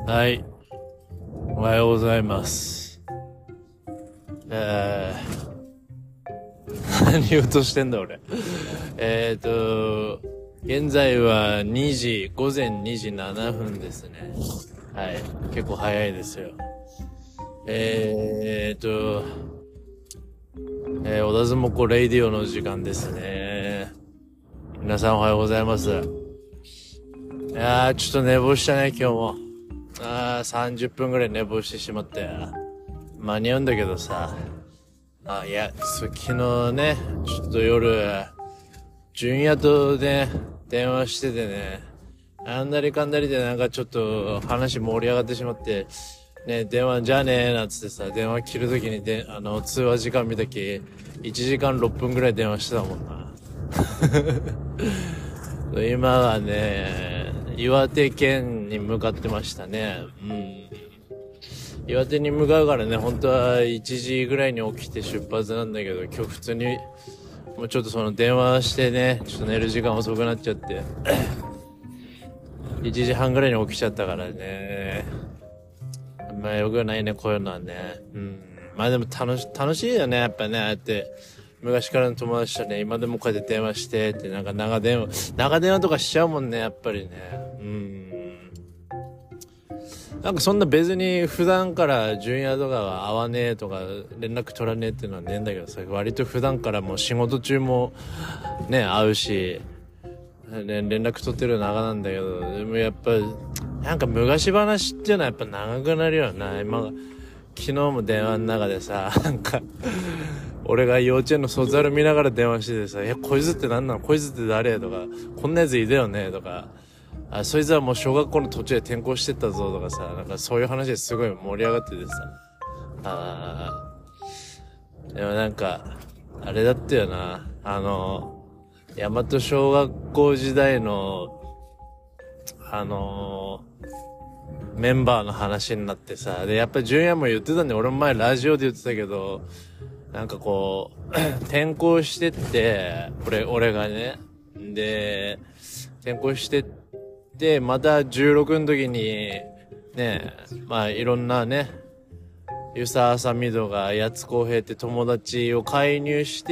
はい。おはようございます。何言おうとしてんだ俺。現在は午前2時7分ですね。はい。結構早いですよ。小田相撲レイディオの時間ですね。皆さんおはようございます。いやー、ちょっと寝坊したね、今日も。30分ぐらい寝坊してしまって。間に合うんだけどさ。いや、昨日ね、ちょっと夜、純也とね、電話しててね、あんだりかんだりでなんかちょっと話盛り上がってしまって、ね、電話じゃあねーなんつってさ、電話切るときに通話時間見たき、1時間6分ぐらい電話してたもんな。今はね、岩手県に向かってましたね。岩手に向かうからね、本当は1時ぐらいに起きて出発なんだけど、今日普通に、もうちょっとその電話してね、ちょっと寝る時間遅くなっちゃって、1時半ぐらいに起きちゃったからね。まあよくないね、こういうのはね。まあでも楽しいよね、やっぱね、ああやって。昔からの友達とね、今でもこうやって電話してって、なんか長電話とかしちゃうもんね、やっぱりね。なんかそんな別に普段から純也とかは会わねえとか連絡取らねえっていうのはねえんだけどさ、割と普段からもう仕事中もね、会うし、連絡取ってる長なんだけど、でもやっぱ、なんか昔話っていうのはやっぱ長くなるよな、昨日も電話の中でさ、なんか、俺が幼稚園の卒アル見ながら電話しててさ、こいつって何なの、こいつって誰とか、こんなやついたよねとか、そいつはもう小学校の途中で転校してったぞとかさ、なんかそういう話ですごい盛り上がっててさ。でもなんか、あれだったよな、大和小学校時代の、メンバーの話になってさ、で、やっぱり純也も言ってたんで、俺も前ラジオで言ってたけど、なんかこう、転校してって、俺がね、で、転校してって、また16の時に、ね、まあいろんなね、湯沢あさみとか、八津浩平って友達を介入して、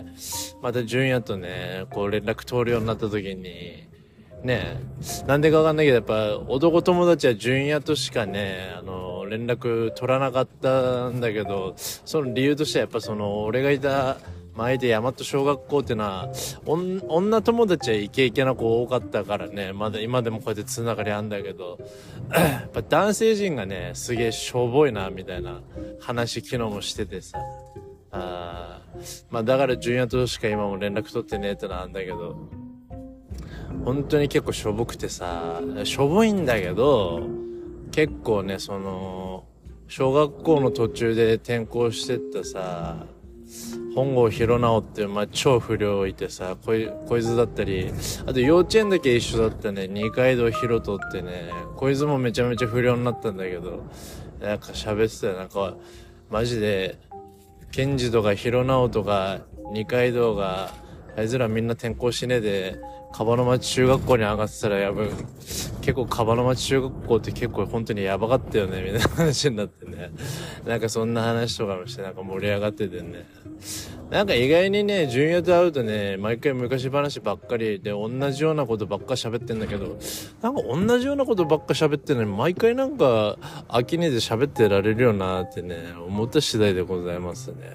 また純也とね、こう連絡取るようになった時に、ねえ、なんでかわかんないけど、やっぱ男友達は純也としかね、連絡取らなかったんだけど、その理由としてはやっぱ俺がいた前で大和小学校ってのは、女友達はイケイケな子多かったからね、まだ今でもこうやってつながりあんだけど、やっぱ男性陣がね、すげえしょぼいな、みたいな話昨日もしててさ。まあだから純也としか今も連絡取ってねえってのはあんだけど、本当に結構しょぼくてさ、しょぼいんだけど、結構ね、小学校の途中で転校してったさ、本郷弘直っていう、まあ、超不良いてさ、こいつだったり、あと幼稚園だけ一緒だったね、二階堂博人ってね、こいつもめちゃめちゃ不良になったんだけど、なんか喋ってたよ、なんか、マジで、ケンジとか弘直とか二階堂が、あいつらみんな転校しねえで、カバの町中学校に上がってたら結構カバの町中学校って結構本当にやばかったよね、みたいな話になってね。なんかそんな話とかもしてなんか盛り上がっててね。なんか意外にね、純也と会うとね、毎回昔話ばっかりで同じようなことばっか喋ってんだけど、なんか同じようなことばっか喋ってんのに毎回なんか飽きねえで喋ってられるよなってね、思った次第でございますね。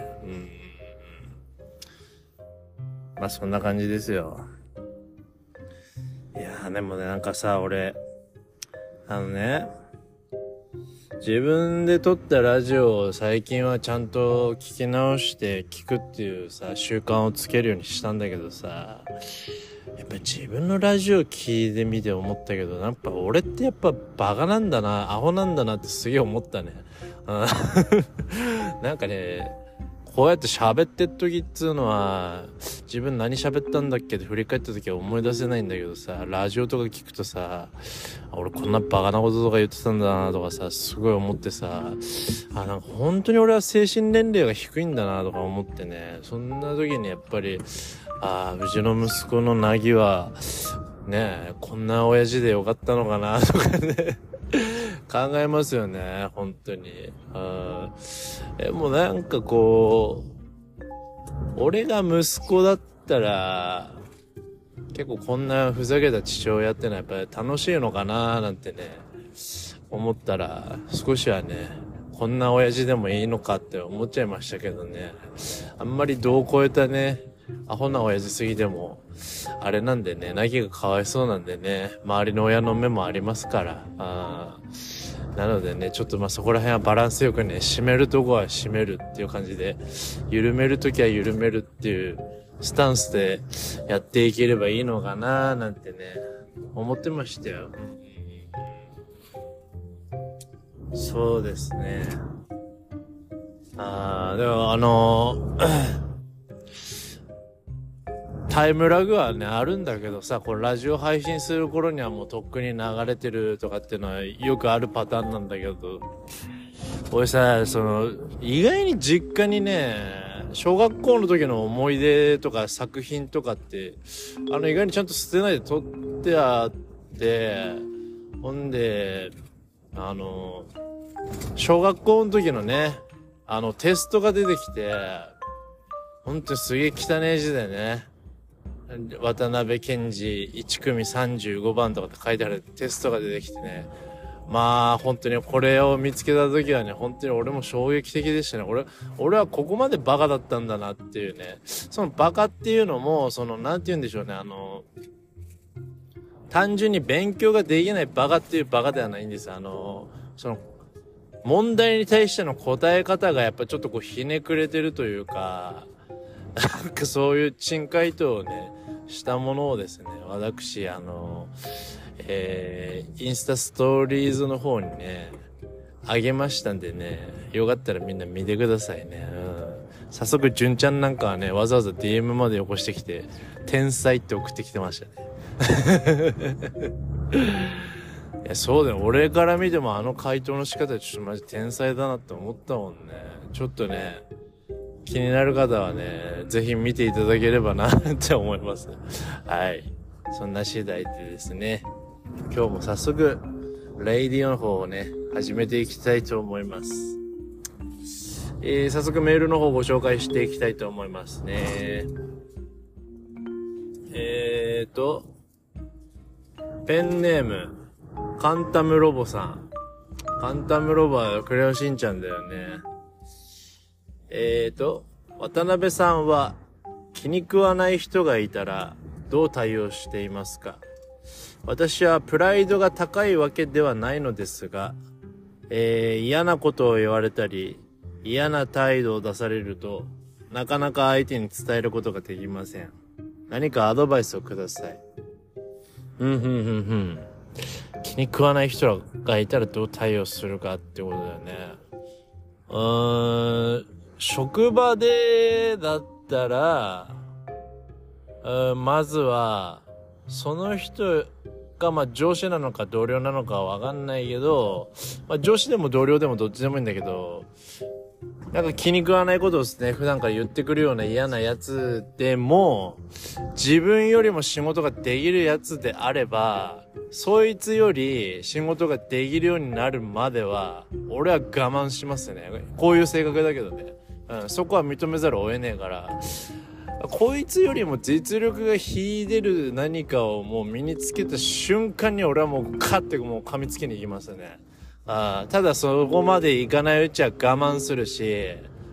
まあそんな感じですよ。いやーでもね、なんかさ、俺、自分で撮ったラジオを最近はちゃんと聞き直して聞くっていうさ、習慣をつけるようにしたんだけどさ、やっぱ自分のラジオ聞いてみて思ったけど、やっぱ俺ってやっぱバカなんだな、アホなんだなってすげえ思ったね。なんかね、こうやって喋ってっ時っつうのは、自分何喋ったんだっけって振り返った時は思い出せないんだけどさ、ラジオとか聞くとさ、俺こんなバカなこととか言ってたんだなとかさ、すごい思ってさ、なんか本当に俺は精神年齢が低いんだなとか思ってね、そんな時にやっぱり、うちの息子のなぎは、ねえ、こんな親父でよかったのかなとかね、 考えますよね、本当に。もうなんかこう、俺が息子だったら、結構こんなふざけた父親ってのはやっぱり楽しいのかななんてね、思ったら、少しはね、こんな親父でもいいのかって思っちゃいましたけどね。あんまり度を超えたね、アホな親父すぎても、あれなんでね、泣きがかわいそうなんでね、周りの親の目もありますから。なのでね、ちょっとまあそこら辺はバランスよくね、締めるとこは締めるっていう感じで、緩めるときは緩めるっていうスタンスでやっていければいいのかななんてね、思ってましたよ。そうですね。でもタイムラグはね、あるんだけどさ、これラジオ配信する頃にはもうとっくに流れてるとかっていうのはよくあるパターンなんだけど、俺さ、意外に実家にね、小学校の時の思い出とか作品とかって、意外にちゃんと捨てないで撮ってあって、ほんで、小学校の時のね、テストが出てきて、ほんとすげえ汚い字でね、渡辺健二1組35番とかって書いてあるテストが出てきてね。まあ本当にこれを見つけた時はね、本当に俺も衝撃的でしたね。俺はここまでバカだったんだなっていうね。そのバカっていうのも、なんて言うんでしょうね、単純に勉強ができないバカっていうバカではないんです。問題に対しての答え方がやっぱちょっとこうひねくれてるというか、なんかそういう珍回答をね、したものをですね、私、インスタストーリーズの方にね、あげましたんでね、よかったらみんな見てくださいね。早速、純ちゃんなんかはね、わざわざ DM までよこしてきて、天才って送ってきてましたね。いや、そうだよ。俺から見てもあの回答の仕方ちょっとマジ天才だなって思ったもんね。ちょっとね、気になる方はね、ぜひ見ていただければなって思います。はい。そんな次第でですね、今日も早速、レイディオの方をね、始めていきたいと思います。早速メールの方をご紹介していきたいと思いますね。ペンネーム、カンタムロボさん。カンタムロボはクレヨンしんちゃんだよね。渡辺さんは気に食わない人がいたらどう対応していますか？私はプライドが高いわけではないのですが、嫌なことを言われたり、嫌な態度を出されると、なかなか相手に伝えることができません。何かアドバイスをください。気に食わない人がいたらどう対応するかってことだよね。職場でだったら、まずは、その人が、まあ、上司なのか同僚なのかはわかんないけど、まあ、上司でも同僚でもどっちでもいいんだけど、なんか気に食わないことをですね、普段から言ってくるような嫌なやつでも、自分よりも仕事ができるやつであれば、そいつより仕事ができるようになるまでは、俺は我慢しますね。こういう性格だけどね。そこは認めざるを得ねえから、こいつよりも実力が秀でる何かをもう身につけた瞬間に俺はもうカッてもう噛みつけに行きますね。ただそこまでいかないうちは我慢するし、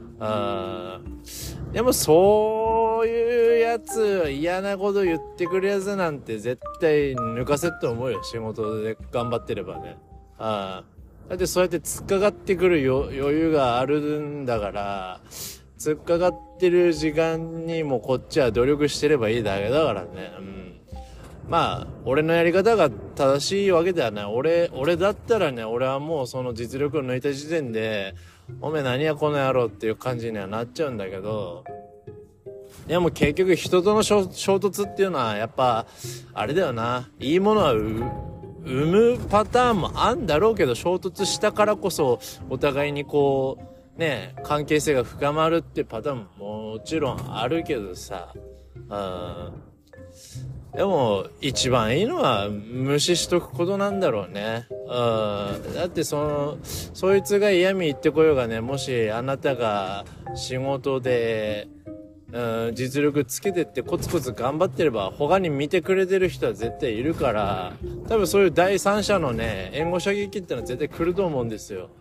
でもそういうやつ、嫌なこと言ってくるやつなんて絶対抜かせって思うよ。仕事で頑張ってればね。だってそうやって突っかかってくる余裕があるんだから、突っかかってる時間にもこっちは努力してればいいだけだからね。まあ、俺のやり方が正しいわけではない。俺だったらね、俺はもうその実力を抜いた時点で、おめえ何やこの野郎っていう感じにはなっちゃうんだけど、でも結局人との衝突っていうのはやっぱ、あれだよな。いいものは生むパターンもあんだろうけど、衝突したからこそお互いにこうね、関係性が深まるってパターンももちろんあるけどさ、 でも、一番いいのは無視しとくことなんだろうね。だってそいつが嫌味言ってこようがね、もしあなたが仕事で、実力つけてってコツコツ頑張ってれば他に見てくれてる人は絶対いるから、多分そういう第三者のね、援護射撃ってのは絶対来ると思うんですよ。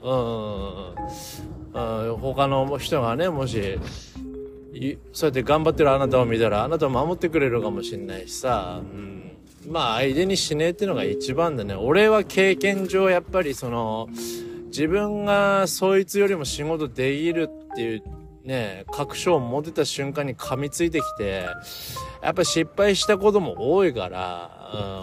他の人がね、もし、そうやって頑張ってるあなたを見たらあなたを守ってくれるかもしれないしさ、まあ相手にしねえってのが一番だね。俺は経験上やっぱり自分がそいつよりも仕事できるっていうね、確証を持てた瞬間に噛みついてきて、やっぱ失敗したことも多いから、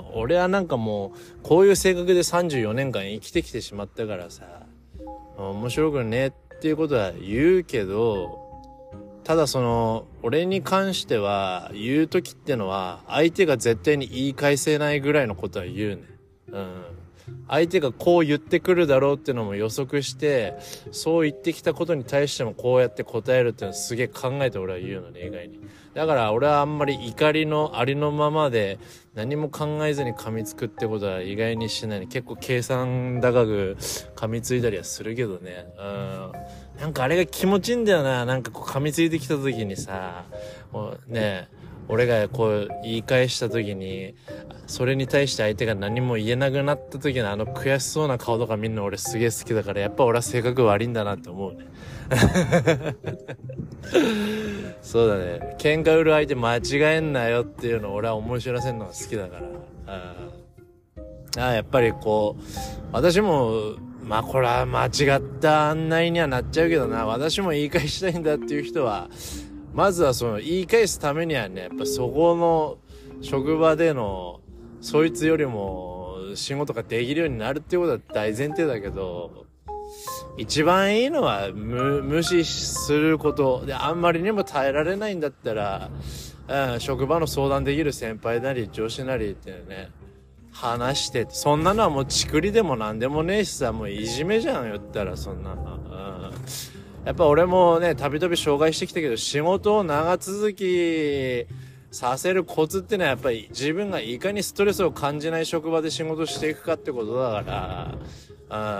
俺はなんかもうこういう性格で34年間生きてきてしまったからさ、面白くねえっていうことは言うけど、ただ俺に関しては、言うときってのは、相手が絶対に言い返せないぐらいのことは言うね。相手がこう言ってくるだろうってのも予測して、そう言ってきたことに対してもこうやって答えるってのはすげえ考えて俺は言うのね、意外に。だから俺はあんまり怒りのありのままで何も考えずに噛みつくってことは意外にしない。結構計算高く噛みついたりはするけどね。なんかあれが気持ちいいんだよな。なんかこう噛みついてきた時にさ、ね、俺がこう言い返した時に、それに対して相手が何も言えなくなった時のあの悔しそうな顔とか見るの俺すげえ好きだから、やっぱ俺は性格悪いんだなって思うね。そうだね。喧嘩売る相手間違えんなよっていうのを俺は思い知らせるのが好きだから。やっぱりこう、私も、まあこれは間違った案内にはなっちゃうけどな、私も言い返したいんだっていう人は、まずは言い返すためにはね、やっぱそこの職場での、そいつよりも仕事ができるようになるっていうことは大前提だけど、一番いいのは無視することで、あんまりにも耐えられないんだったら、職場の相談できる先輩なり上司なりってね、話して、そんなのはもうチクリでもなんでもねえしさ、もういじめじゃん、言ったらそんなの。やっぱ俺もね、たびたび障害してきたけど、仕事を長続きさせるコツってのはやっぱり自分がいかにストレスを感じない職場で仕事していくかってことだから、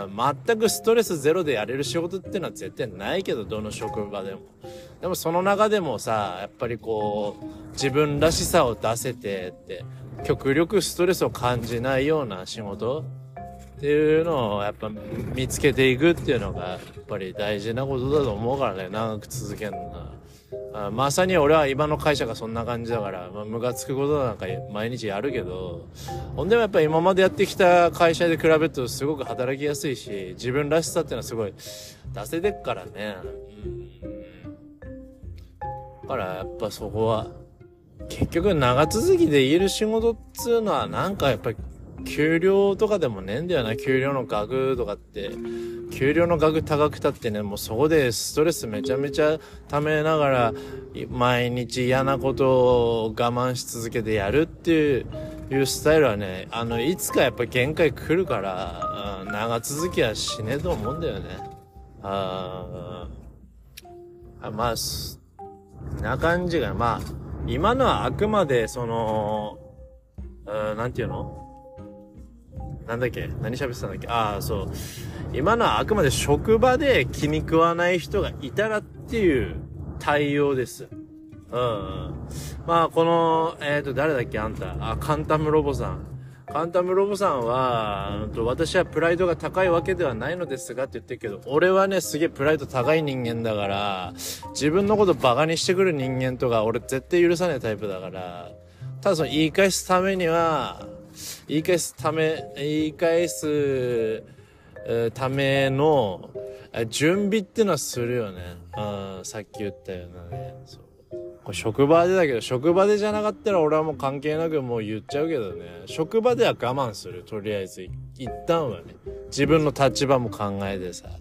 全くストレスゼロでやれる仕事ってのは絶対ないけど、どの職場でも。でもその中でもさ、やっぱりこう、自分らしさを出せてって、極力ストレスを感じないような仕事っていうのをやっぱ見つけていくっていうのがやっぱり大事なことだと思うからね、長く続けるのは。まさに俺は今の会社がそんな感じだから、ムカつくことなんか毎日やるけど、ほんでもやっぱり今までやってきた会社で比べるとすごく働きやすいし、自分らしさっていうのはすごい出せてっからね。だからやっぱそこは結局長続きで言える仕事っつうのはなんかやっぱり給料とかでもねえんだよな。給料の額とかって、給料の額高くたってね、もうそこでストレスめちゃめちゃ溜めながら毎日嫌なことを我慢し続けてやるっていうスタイルはね、いつかやっぱ限界来るから、長続きはしねえと思うんだよね。まあな感じが、まあ今のはあくまでなんていうの、なんだっけ、何喋ってたんだっけ、そう。今のはあくまで職場で気に食わない人がいたらっていう対応です。まあ、この、誰だっけ、あんた。カンタムロボさん。カンタムロボさんは、私はプライドが高いわけではないのですがって言ってるけど、俺はね、すげえプライド高い人間だから、自分のことバカにしてくる人間とか、俺絶対許さないタイプだから、ただ言い返すためには、言い返すための準備ってのはするよね。さっき言ったようなね。そう。これ職場でだけど、職場でじゃなかったら俺はもう関係なくもう言っちゃうけどね。職場では我慢する。とりあえず。一旦はね。自分の立場も考えてさ。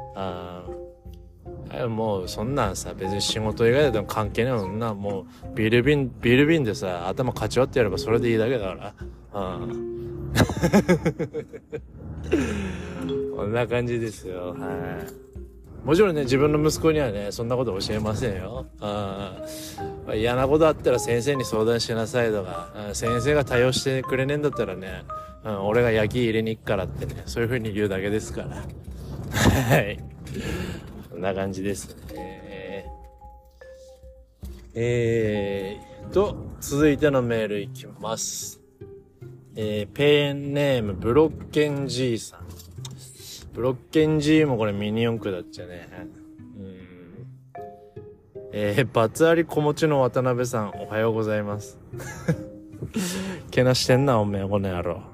もうそんなんさ、別に仕事以外でも関係ないもんな。もうビール瓶でさ、頭かち割ってやればそれでいいだけだから。こんな感じですよ。はい。 もちろんね、自分の息子にはね、そんなこと教えませんよ。嫌なことあったら先生に相談しなさいとか、先生が対応してくれねえんだったらね、俺が焼き入れに行くからってね、そういう風に言うだけですから。はい。こんな感じですね。続いてのメールいきます。ペンネームブロッケン G さん。ブロッケン G もこれミニ四駆だっちゃね。バツあり子持ちの渡辺さん、おはようございます。けなしてんな、おめえ、この野郎。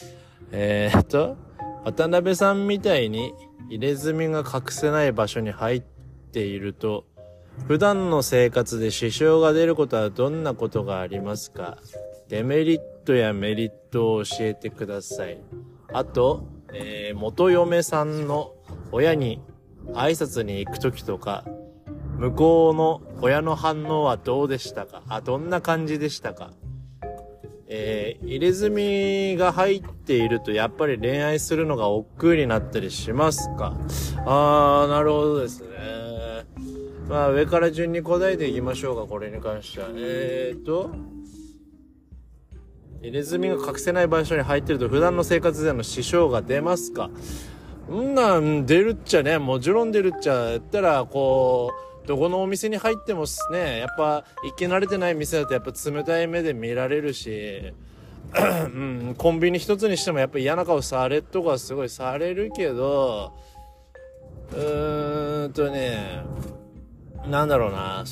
渡辺さんみたいに入れ墨が隠せない場所に入っていると、普段の生活で支障が出ることはどんなことがありますか？デメリットやメリットを教えてください。あと、元嫁さんの親に挨拶に行くときとか、向こうの親の反応はどうでしたか？どんな感じでしたか？入れ墨が入っているとやっぱり恋愛するのが億劫になったりしますか？なるほどですね。まあ上から順に答えていきましょうか、これに関しては。入れ墨が隠せない場所に入ってると普段の生活での支障が出ますか？出るっちゃね、もちろん出るっちゃ、やったらこう、どこのお店に入ってもね、やっぱ行き慣れてない店だとやっぱ冷たい目で見られるし、コンビニ一つにしてもやっぱ嫌な顔されとかすごいされるけど、なんだろうな、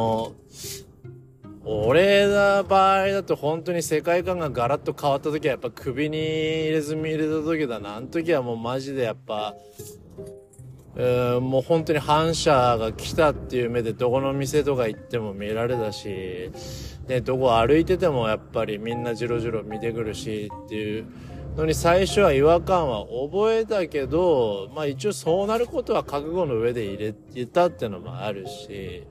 俺の場合だと本当に世界観がガラッと変わった時はやっぱ首に入れ墨入れた時だな。あの時はもうマジでやっぱ、もう本当に反射が来たっていう目でどこの店とか行っても見られたし、で、どこ歩いててもやっぱりみんなジロジロ見てくるしっていうのに最初は違和感は覚えたけど、まあ一応そうなることは覚悟の上で入れてたってのもあるし、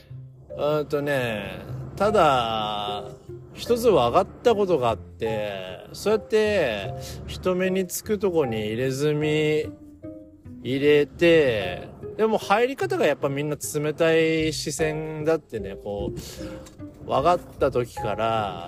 ただ、一つ分かったことがあって、そうやって人目につくとこに入れ墨入れて、でも入り方がやっぱみんな冷たい視線だってね、こう、分かった時から、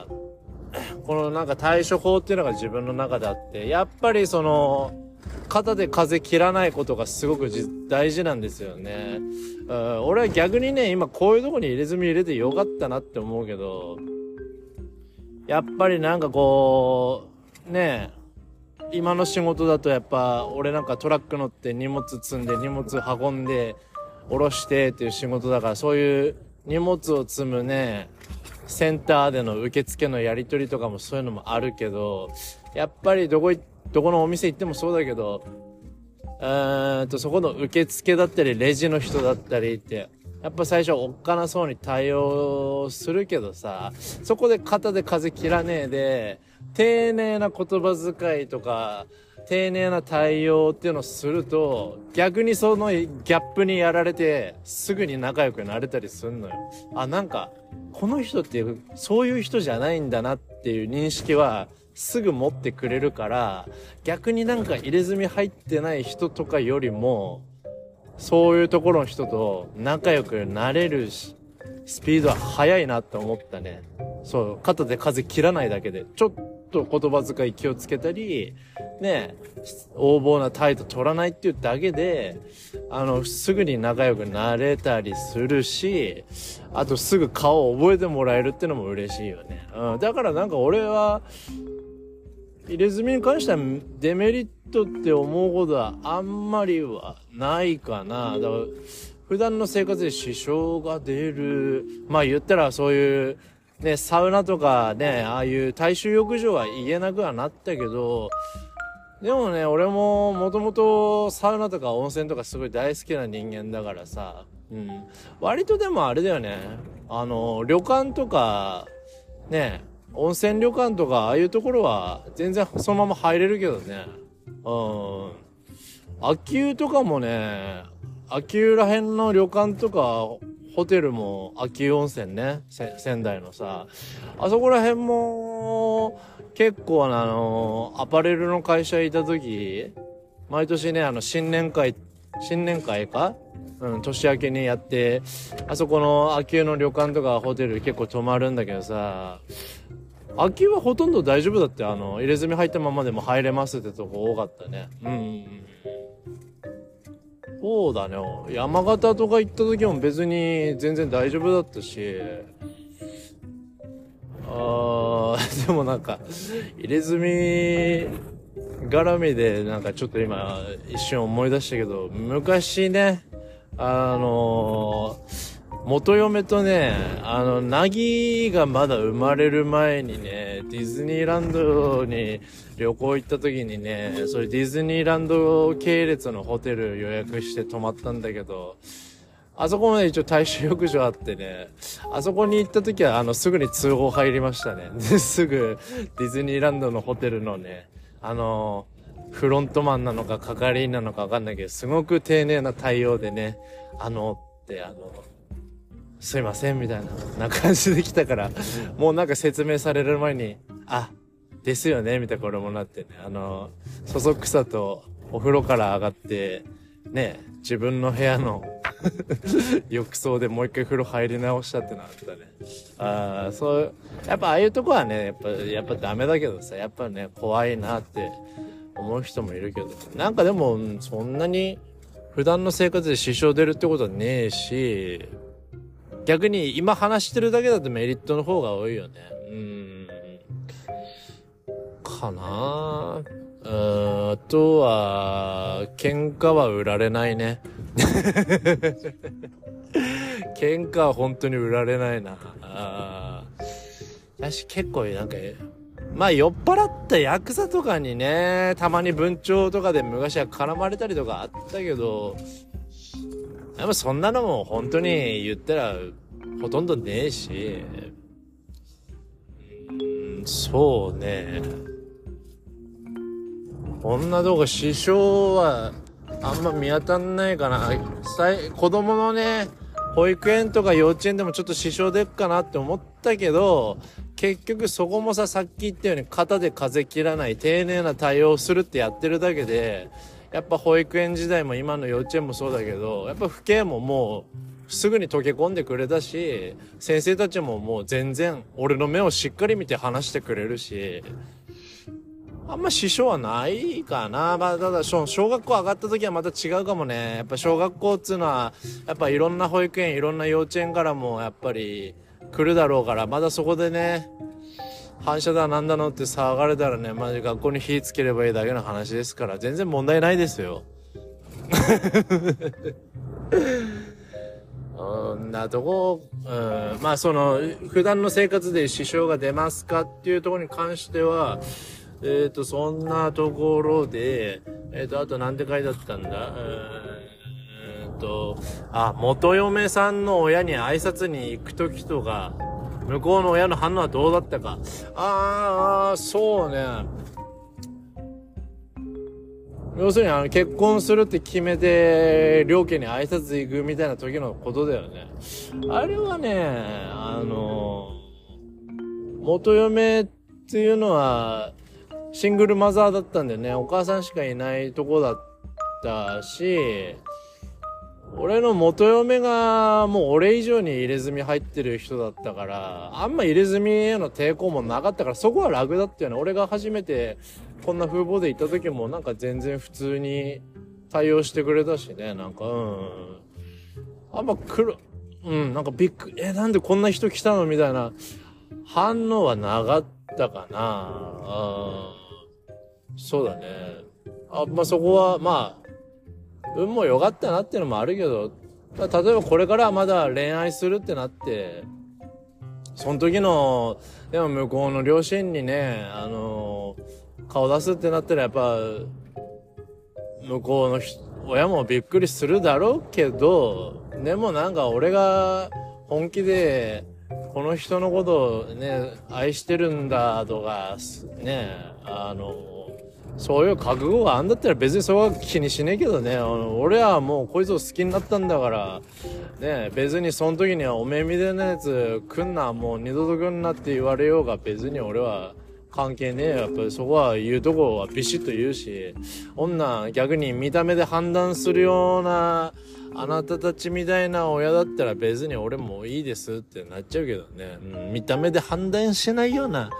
このなんか対処法っていうのが自分の中であって、やっぱり肩で風切らないことがすごく大事なんですよね。俺は逆にね、今こういうとこに入れ墨入れてよかったなって思うけど、やっぱりなんかこう、ねえ、今の仕事だとやっぱ俺なんかトラック乗って荷物積んで荷物運んで下ろしてっていう仕事だから、そういう荷物を積むね、センターでの受付のやり取りとかもそういうのもあるけど、やっぱりどこのお店行ってもそうだけど、そこの受付だったりレジの人だったりってやっぱ最初おっかなそうに対応するけどさ、そこで肩で風切らねえで丁寧な言葉遣いとか丁寧な対応っていうのをすると、逆にそのギャップにやられてすぐに仲良くなれたりすんのよ。なんかこの人ってそういう人じゃないんだなっていう認識はすぐ持ってくれるから、逆になんか入れ墨入ってない人とかよりもそういうところの人と仲良くなれるし、スピードは速いなって思ったね。そう、肩で風切らないだけでちょっと言葉遣い気をつけたりね、横暴な態度取らないっていうだけですぐに仲良くなれたりするし、あとすぐ顔を覚えてもらえるってのも嬉しいよね。だからなんか俺は入れ墨に関してはデメリットって思うことはあんまりはないかな。だから普段の生活で支障が出る、まあ言ったらそういうね、サウナとかね、ああいう大衆浴場は言えなくはなったけど、でもね、俺ももともとサウナとか温泉とかすごい大好きな人間だからさ、割とでもあれだよね、旅館とかね、温泉旅館とかああいうところは全然そのまま入れるけどね。秋保とかもね、秋保ら辺の旅館とかホテルも秋保温泉ね、仙台のさ、あそこら辺も結構アパレルの会社いた時、毎年ね、新年会新年会か年明けにやって、あそこの秋保の旅館とかホテル結構泊まるんだけどさ、秋保はほとんど大丈夫だって、入れ墨入ったままでも入れますってとこ多かったね。そうだね。山形とか行った時も別に全然大丈夫だったし、でもなんか、入れ墨絡みでなんかちょっと今一瞬思い出したけど、昔ね、元嫁とね、なぎがまだ生まれる前にね、ディズニーランドに旅行行った時にね、それディズニーランド系列のホテル予約して泊まったんだけど、あそこまで一応大衆浴場あってね、あそこに行った時はすぐに通報入りましたね。で、すぐディズニーランドのホテルのね、フロントマンなのか係員なのかわかんないけど、すごく丁寧な対応でね、すいませんみたいな感じで来たから、もうなんか説明される前に、ですよねみたいなこれもなってね、そそくさとお風呂から上がって、ね、自分の部屋の浴槽でもう一回風呂入り直したってのあったね。そう、やっぱああいうとこはね、やっぱダメだけどさ、やっぱね、怖いなって思う人もいるけど、なんかでも、そんなに普段の生活で支障出るってことはねえし、逆に今話してるだけだとメリットの方が多いよね。かなあとは、喧嘩は売られないね。喧嘩は本当に売られないな。私結構なんか、まあ酔っ払ったヤクザとかにね、たまに文鳥とかで昔は絡まれたりとかあったけど、でもそんなのも本当に言ったらほとんどねえし、そうね。こんな動画支障はあんま見当たんないかな。子供のね、保育園とか幼稚園でもちょっと支障出っかなって思ったけど、結局そこもさっき言ったように肩で風切らない丁寧な対応するってやってるだけで、やっぱ保育園時代も今の幼稚園もそうだけど、やっぱ父兄ももうすぐに溶け込んでくれたし、先生たちももう全然俺の目をしっかり見て話してくれるし、あんま支障はないかな。まあ、ただ小学校上がった時はまた違うかもね。やっぱ小学校っつうのは、やっぱいろんな保育園、いろんな幼稚園からもやっぱり来るだろうから、まだそこでね、反射だなんだのって騒がれたらね、マジ学校に火つければいいだけの話ですから、全然問題ないですよ。なとこ、まあ普段の生活で支障が出ますかっていうところに関しては、そんなところで、あとなんて書いてあったんだ元嫁さんの親に挨拶に行くときとか、向こうの親の反応はどうだったか。そうね。要するに結婚するって決めて、両家に挨拶行くみたいな時のことだよね。あれはね、元嫁っていうのは、シングルマザーだったんだよね。お母さんしかいないとこだったし、俺の元嫁がもう俺以上に入れ墨入ってる人だったから、あんま入れ墨への抵抗もなかったから、そこは楽だったよね。俺が初めてこんな風貌で行った時もなんか全然普通に対応してくれたしね。なんか、あんまなんかなんでこんな人来たのみたいな反応はなかったかな。そうだね。まあ、そこは、まあ、運も良かったなっていうのもあるけど、例えばこれからまだ恋愛するってなって、その時の、でも向こうの両親にね、顔出すってなったらやっぱ、向こうの親もびっくりするだろうけど、でもなんか俺が本気で、この人のことをね、愛してるんだとか、ね、そういう覚悟があんだったら別にそこは気にしねえけどね、俺はもうこいつを好きになったんだから、ね、別にその時にはおめえみたいなやつ来んな、もう二度と来んなって言われようが別に俺は関係ねえよ。やっぱりそこは言うとこはビシッと言うし、女逆に見た目で判断するような、あなたたちみたいな親だったら別に俺もいいですってなっちゃうけどね。見た目で判断しないような、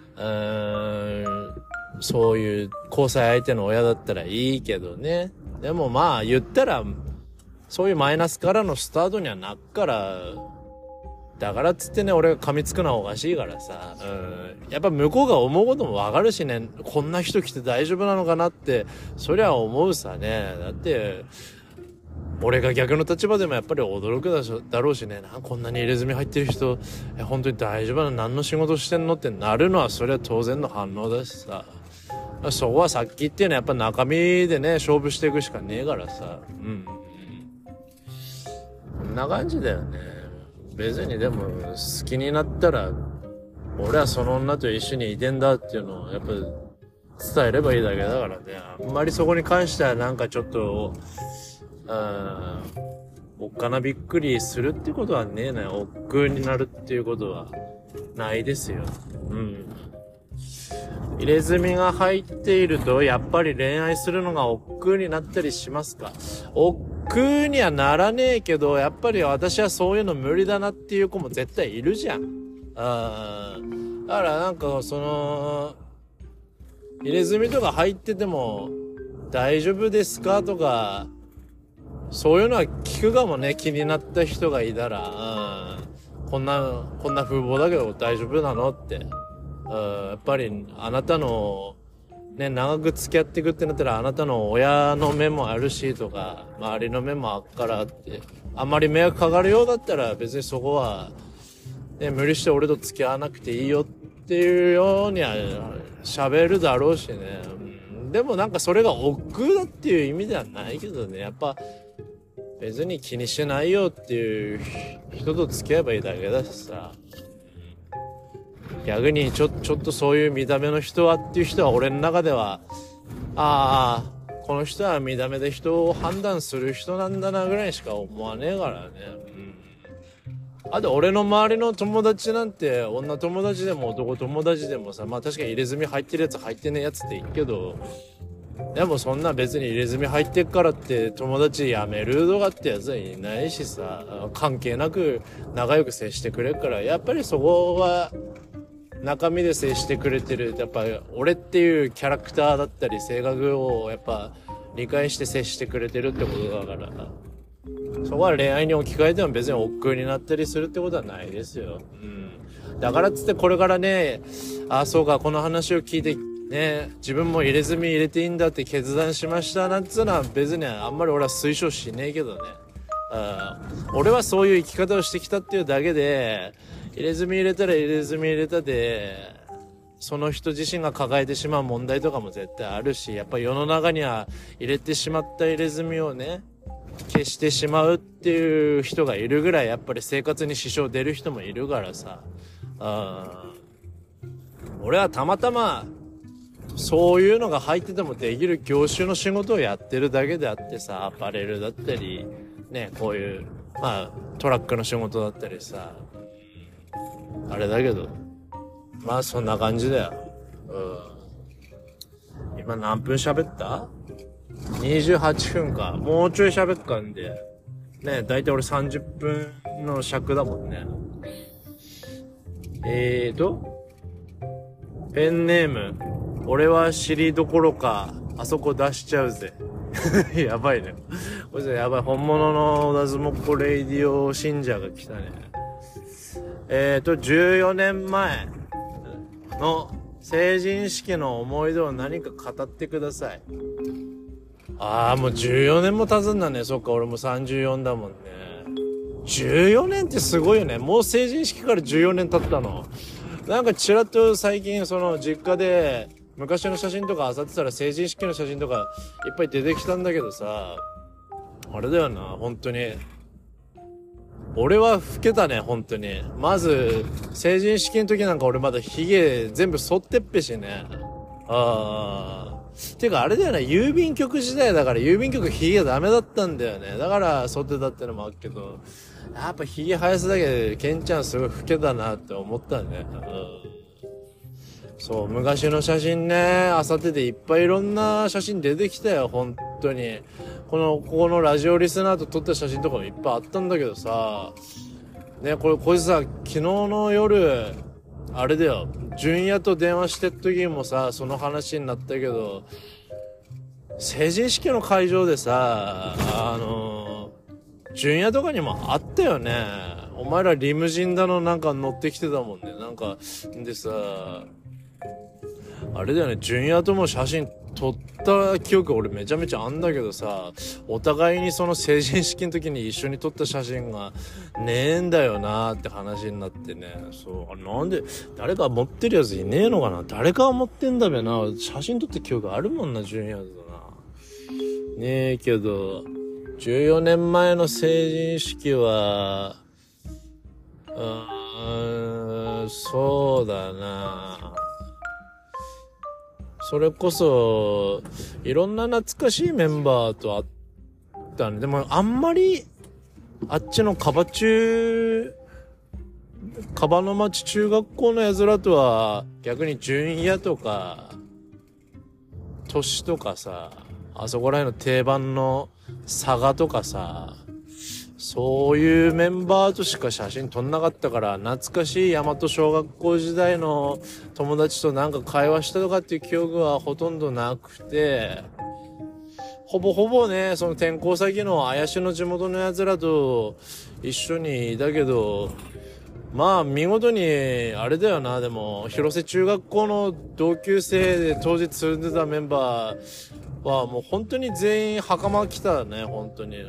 そういう交際相手の親だったらいいけどね。でもまあ言ったら、そういうマイナスからのスタートにはなっから、だからっつってね、俺が噛みつくのはおかしいからさ、やっぱ向こうが思うこともわかるしね、こんな人来て大丈夫なのかなって、そりゃ思うさね。だって、俺が逆の立場でもやっぱり驚くだろうしね、こんなに入れ墨入ってる人、本当に大丈夫なの？何の仕事してんのってなるのはそれは当然の反応だしさ。そこはさっき言ってね、やっぱ中身でね、勝負していくしかねえからさ。こんな感じだよね。別にでも好きになったら、俺はその女と一緒にいてんだっていうのをやっぱ伝えればいいだけだからね。あんまりそこに関してはなんかちょっと、おっかなびっくりするってことはねえな。億劫になるっていうことはないですよ。入れ墨が入っているとやっぱり恋愛するのが億劫になったりしますか？億劫にはならねえけど、やっぱり私はそういうの無理だなっていう子も絶対いるじゃん。だからなんかその入れ墨とか入ってても大丈夫ですかとか、そういうのは聞くかもね。気になった人がいたら、こんな風貌だけど大丈夫なのって。やっぱりあなたのね、長く付き合っていくってなったらあなたの親の目もあるしとか、周りの目もあっからって、あんまり迷惑かかるようだったら別にそこは、ね、無理して俺と付き合わなくていいよっていうようには喋るだろうしね。でもなんかそれが億劫だっていう意味ではないけどね、やっぱ別に気にしないよっていう人と付き合えばいいだけだしさ。逆にちょっとそういう見た目の人はっていう人は俺の中では、この人は見た目で人を判断する人なんだなぐらいしか思わねえからね。あと俺の周りの友達なんて、女友達でも男友達でもさ、まあ確かに入れ墨入ってるやつ入ってねえやつって言うけど、でもそんな別に入れ墨入ってっからって友達辞めるとかってやつはいないしさ、関係なく仲良く接してくれるから、やっぱりそこは中身で接してくれてる、やっぱ俺っていうキャラクターだったり性格をやっぱ理解して接してくれてるってことだから、そこは恋愛に置き換えても別に億劫になったりするってことはないですよ。だからっつってこれからね、そうか、この話を聞いてね、自分も入れ墨入れていいんだって決断しましたなんつうのは別にあんまり俺は推奨しねえけどね。俺はそういう生き方をしてきたっていうだけで、入れ墨入れたら入れ墨入れたで、その人自身が抱えてしまう問題とかも絶対あるし、やっぱ世の中には入れてしまった入れ墨をね、消してしまうっていう人がいるぐらい、やっぱり生活に支障出る人もいるからさ。俺はたまたまそういうのが入っててもできる業種の仕事をやってるだけであってさ、アパレルだったりね、こういうトラックの仕事だったりさ、あれだけど、まあそんな感じだよ。今何分喋った？ 28 分か。もうちょい喋っかんで。ね、だいたい俺30分の尺だもんね。ペンネーム、俺は尻どころか、あそこ出しちゃうぜ。やばいね。これやばい。本物の小田相撲レイディオ信者が来たね。14年前の成人式の思い出を何か語ってください。もう14年も経つんだね。そっか、俺も34だもんね。14年ってすごいよね。もう成人式から14年経ったの。なんかちらっと最近その実家で昔の写真とか漁ってたら成人式の写真とかいっぱい出てきたんだけどさ、あれだよな、本当に。俺は老けたね、本当に。まず、成人式の時なんか俺まだ髭全部剃ってっぺしね。てかあれだよね、郵便局時代だから郵便局髭ダメだったんだよね。だから剃ってたってのもあるけど、やっぱ髭生やすだけでケンちゃんすごい老けたなって思ったね。 そう、昔の写真ね、あさってでいっぱいいろんな写真出てきたよ、本当に。ここのラジオリスナーと撮った写真とかもいっぱいあったんだけどさ、ね、これさ、昨日の夜、あれだよ、純也と電話してる時もさ、その話になったけど、成人式の会場でさ、純也とかにもあったよね。お前らリムジンだのなんか乗ってきてたもんね。なんか、でさ、あれだよね、純也とも写真撮った記憶俺めちゃめちゃあんだけどさ、お互いにその成人式の時に一緒に撮った写真がねえんだよなーって話になってね。そう、なんで、誰か持ってるやついねえのかな。誰かは持ってんだべな。写真撮った記憶あるもんな、純也とな。ねえけど、14年前の成人式は、そうだな。それこそ、いろんな懐かしいメンバーと会ったね。でも、あんまり、あっちのカバの町中学校の奴らとは、逆に純也とか、年とかさ、あそこら辺の定番の佐賀とかさ、そういうメンバーとしか写真撮んなかったから、懐かしい大和小学校時代の友達となんか会話したとかっていう記憶はほとんどなくて、ほぼほぼね、その転校先の怪しの地元の奴らと一緒にいたけど、まあ見事にあれだよな。でも広瀬中学校の同級生で当時住んでたメンバーはもう本当に全員袴着たね、本当に。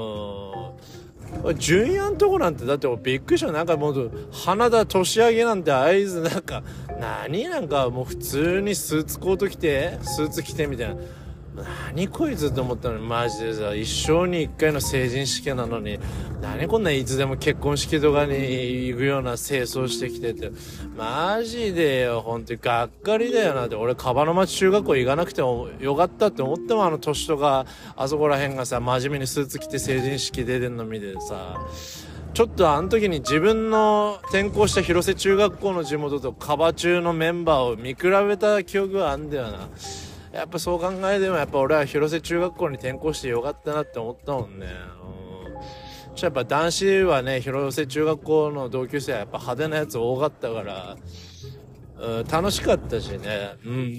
純也んとこなんてだってびっくりした。なんかもう花田年上げなんて合図なんかなんかもう普通にスーツ着てみたいな。何こいつって思ったのに、マジでさ、一生に一回の成人式なのに、何こんないつでも結婚式とかに行くような清掃してきてて、マジでよ、ほんとにがっかりだよなって。俺、カバの町中学校行かなくてもよかったって思っても、あの年とか、あそこら辺がさ、真面目にスーツ着て成人式出てんの見てさ、ちょっとあの時に自分の転校した広瀬中学校の地元とカバ中のメンバーを見比べた記憶があんだよな。やっぱそう考えてもやっぱ俺は広瀬中学校に転校してよかったなって思ったもんね。やっぱ男子はね、広瀬中学校の同級生はやっぱ派手なやつ多かったから、楽しかったしね。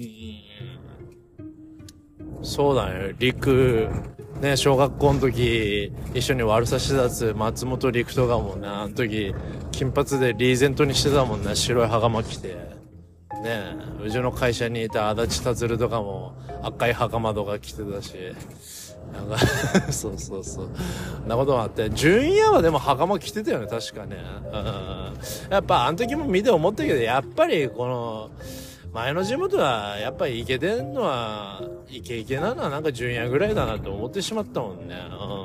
そうだね、陸、ね、小学校の時一緒に悪さしてたやつ、松本陸とかもね、あの時金髪でリーゼントにしてたもんね、白い袴着て。ねえ、うちの会社にいた足立達とかも赤い袴とか着てたし、なんかそうそうそう。なこともあって、純也はでも袴着てたよね、確かね。やっぱあの時も見て思ったけど、やっぱりこの、前の地元は、やっぱりイケてんのは、イケイケなのはなんか純也ぐらいだなと思ってしまったもんね。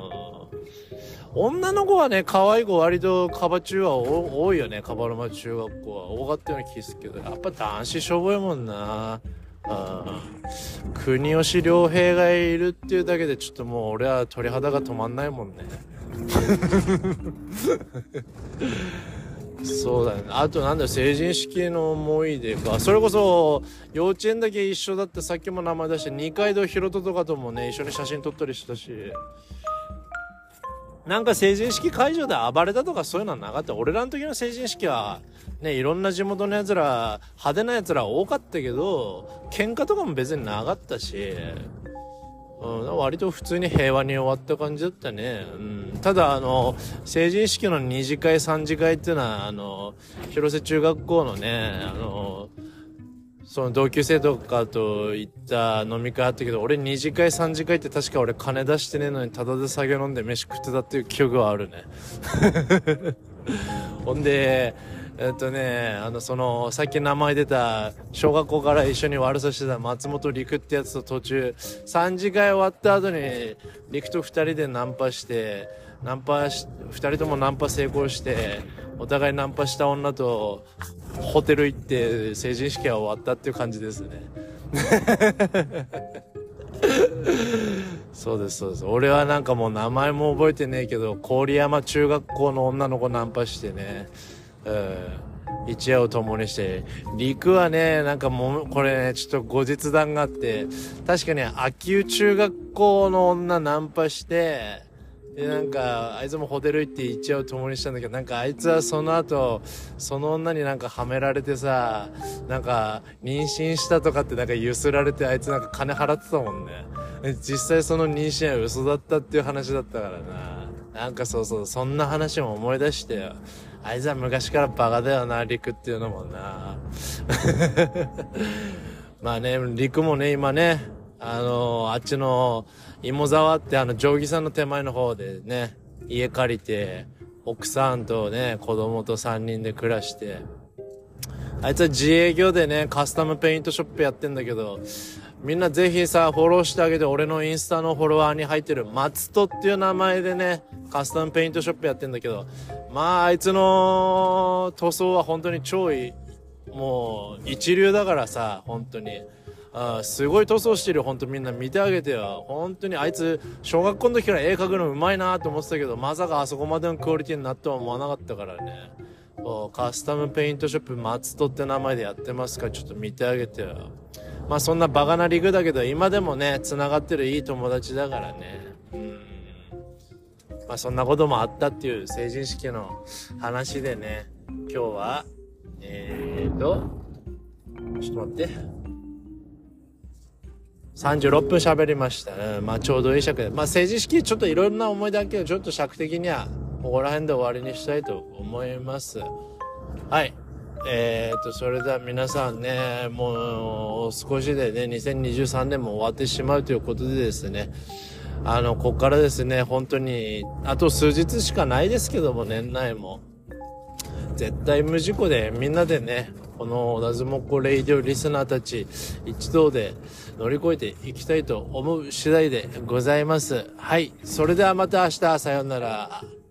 女の子はね、可愛い子割とカバ中は多いよね。カバの町中学校は多かったような気するけど、やっぱ男子しょぼいもんな。国吉良平がいるっていうだけでちょっともう俺は鳥肌が止まんないもんね。そうだね。あとなんだよ、成人式の思い出か。それこそ幼稚園だけ一緒だってさっきも名前出して、二階堂ひろととかともね、一緒に写真撮ったりしたし。なんか成人式会場で暴れたとかそういうのはなかった。俺らの時の成人式は、ね、いろんな地元の奴ら、派手な奴ら多かったけど、喧嘩とかも別になかったし、割と普通に平和に終わった感じだったね。ただ、成人式の2次会、3次会っていうのは、広瀬中学校のね、その同級生とかと行った飲み会あったけど、俺2次会3次会って確か俺金出してねえのにタダで酒飲んで飯食ってたっていう記憶はあるね。ほんで、さっき名前出た小学校から一緒に悪さしてた松本陸ってやつと途中3次会終わった後に陸と2人でナンパして2人ともナンパ成功してお互いナンパした女とホテル行って成人式は終わったっていう感じですね。そうですそうです。俺はなんかもう名前も覚えてねえけど郡山中学校の女の子ナンパしてね、 一夜を共にして、陸はね、なんかもう、これね、ちょっと後日談があって、確かに秋保中学校の女ナンパして、で、なんか、あいつもホテル行って一夜を共にしたんだけど、なんかあいつはその後、その女になんかはめられてさ、なんか、妊娠したとかってなんかゆすられて、あいつなんか金払ってたもんね。実際その妊娠は嘘だったっていう話だったからな。なんかそうそう、そんな話も思い出してよ。あいつは昔からバカだよな、陸っていうのもな。まあね、陸もね、今ね、あっちの、芋沢って定規さんの手前の方でね、家借りて、奥さんとね、子供と3人で暮らして、あいつは自営業でね、カスタムペイントショップやってんだけど、みんなぜひさ、フォローしてあげて、俺のインスタのフォロワーに入ってる、松戸っていう名前でね、カスタムペイントショップやってんだけど、まあ、あいつの塗装は本当にもう、一流だからさ、本当に。すごい塗装してるよ、本当みんな見てあげてよ。本当にあいつ、小学校の時から絵描くの上手いなと思ってたけど、まさかあそこまでのクオリティになってとは思わなかったからね。カスタムペイントショップ松戸って名前でやってますから、ちょっと見てあげてよ。まあそんなバカなリグだけど、今でもね、繋がってるいい友達だからね。まあそんなこともあったっていう成人式の話でね、今日は、ちょっと待って。36分喋りましたね。まあちょうどいい尺で。まあ成人式ちょっといろんな思い出あるけど、ちょっと尺的には、ここら辺で終わりにしたいと思います。はい。それでは皆さんね、もう少しでね、2023年も終わってしまうということでですね、ここからですね、本当に、あと数日しかないですけども、年内も。絶対無事故でみんなでね、この小田相撲レイディオリスナーたち一同で乗り越えていきたいと思う次第でございます。はい。それではまた明日、さようなら。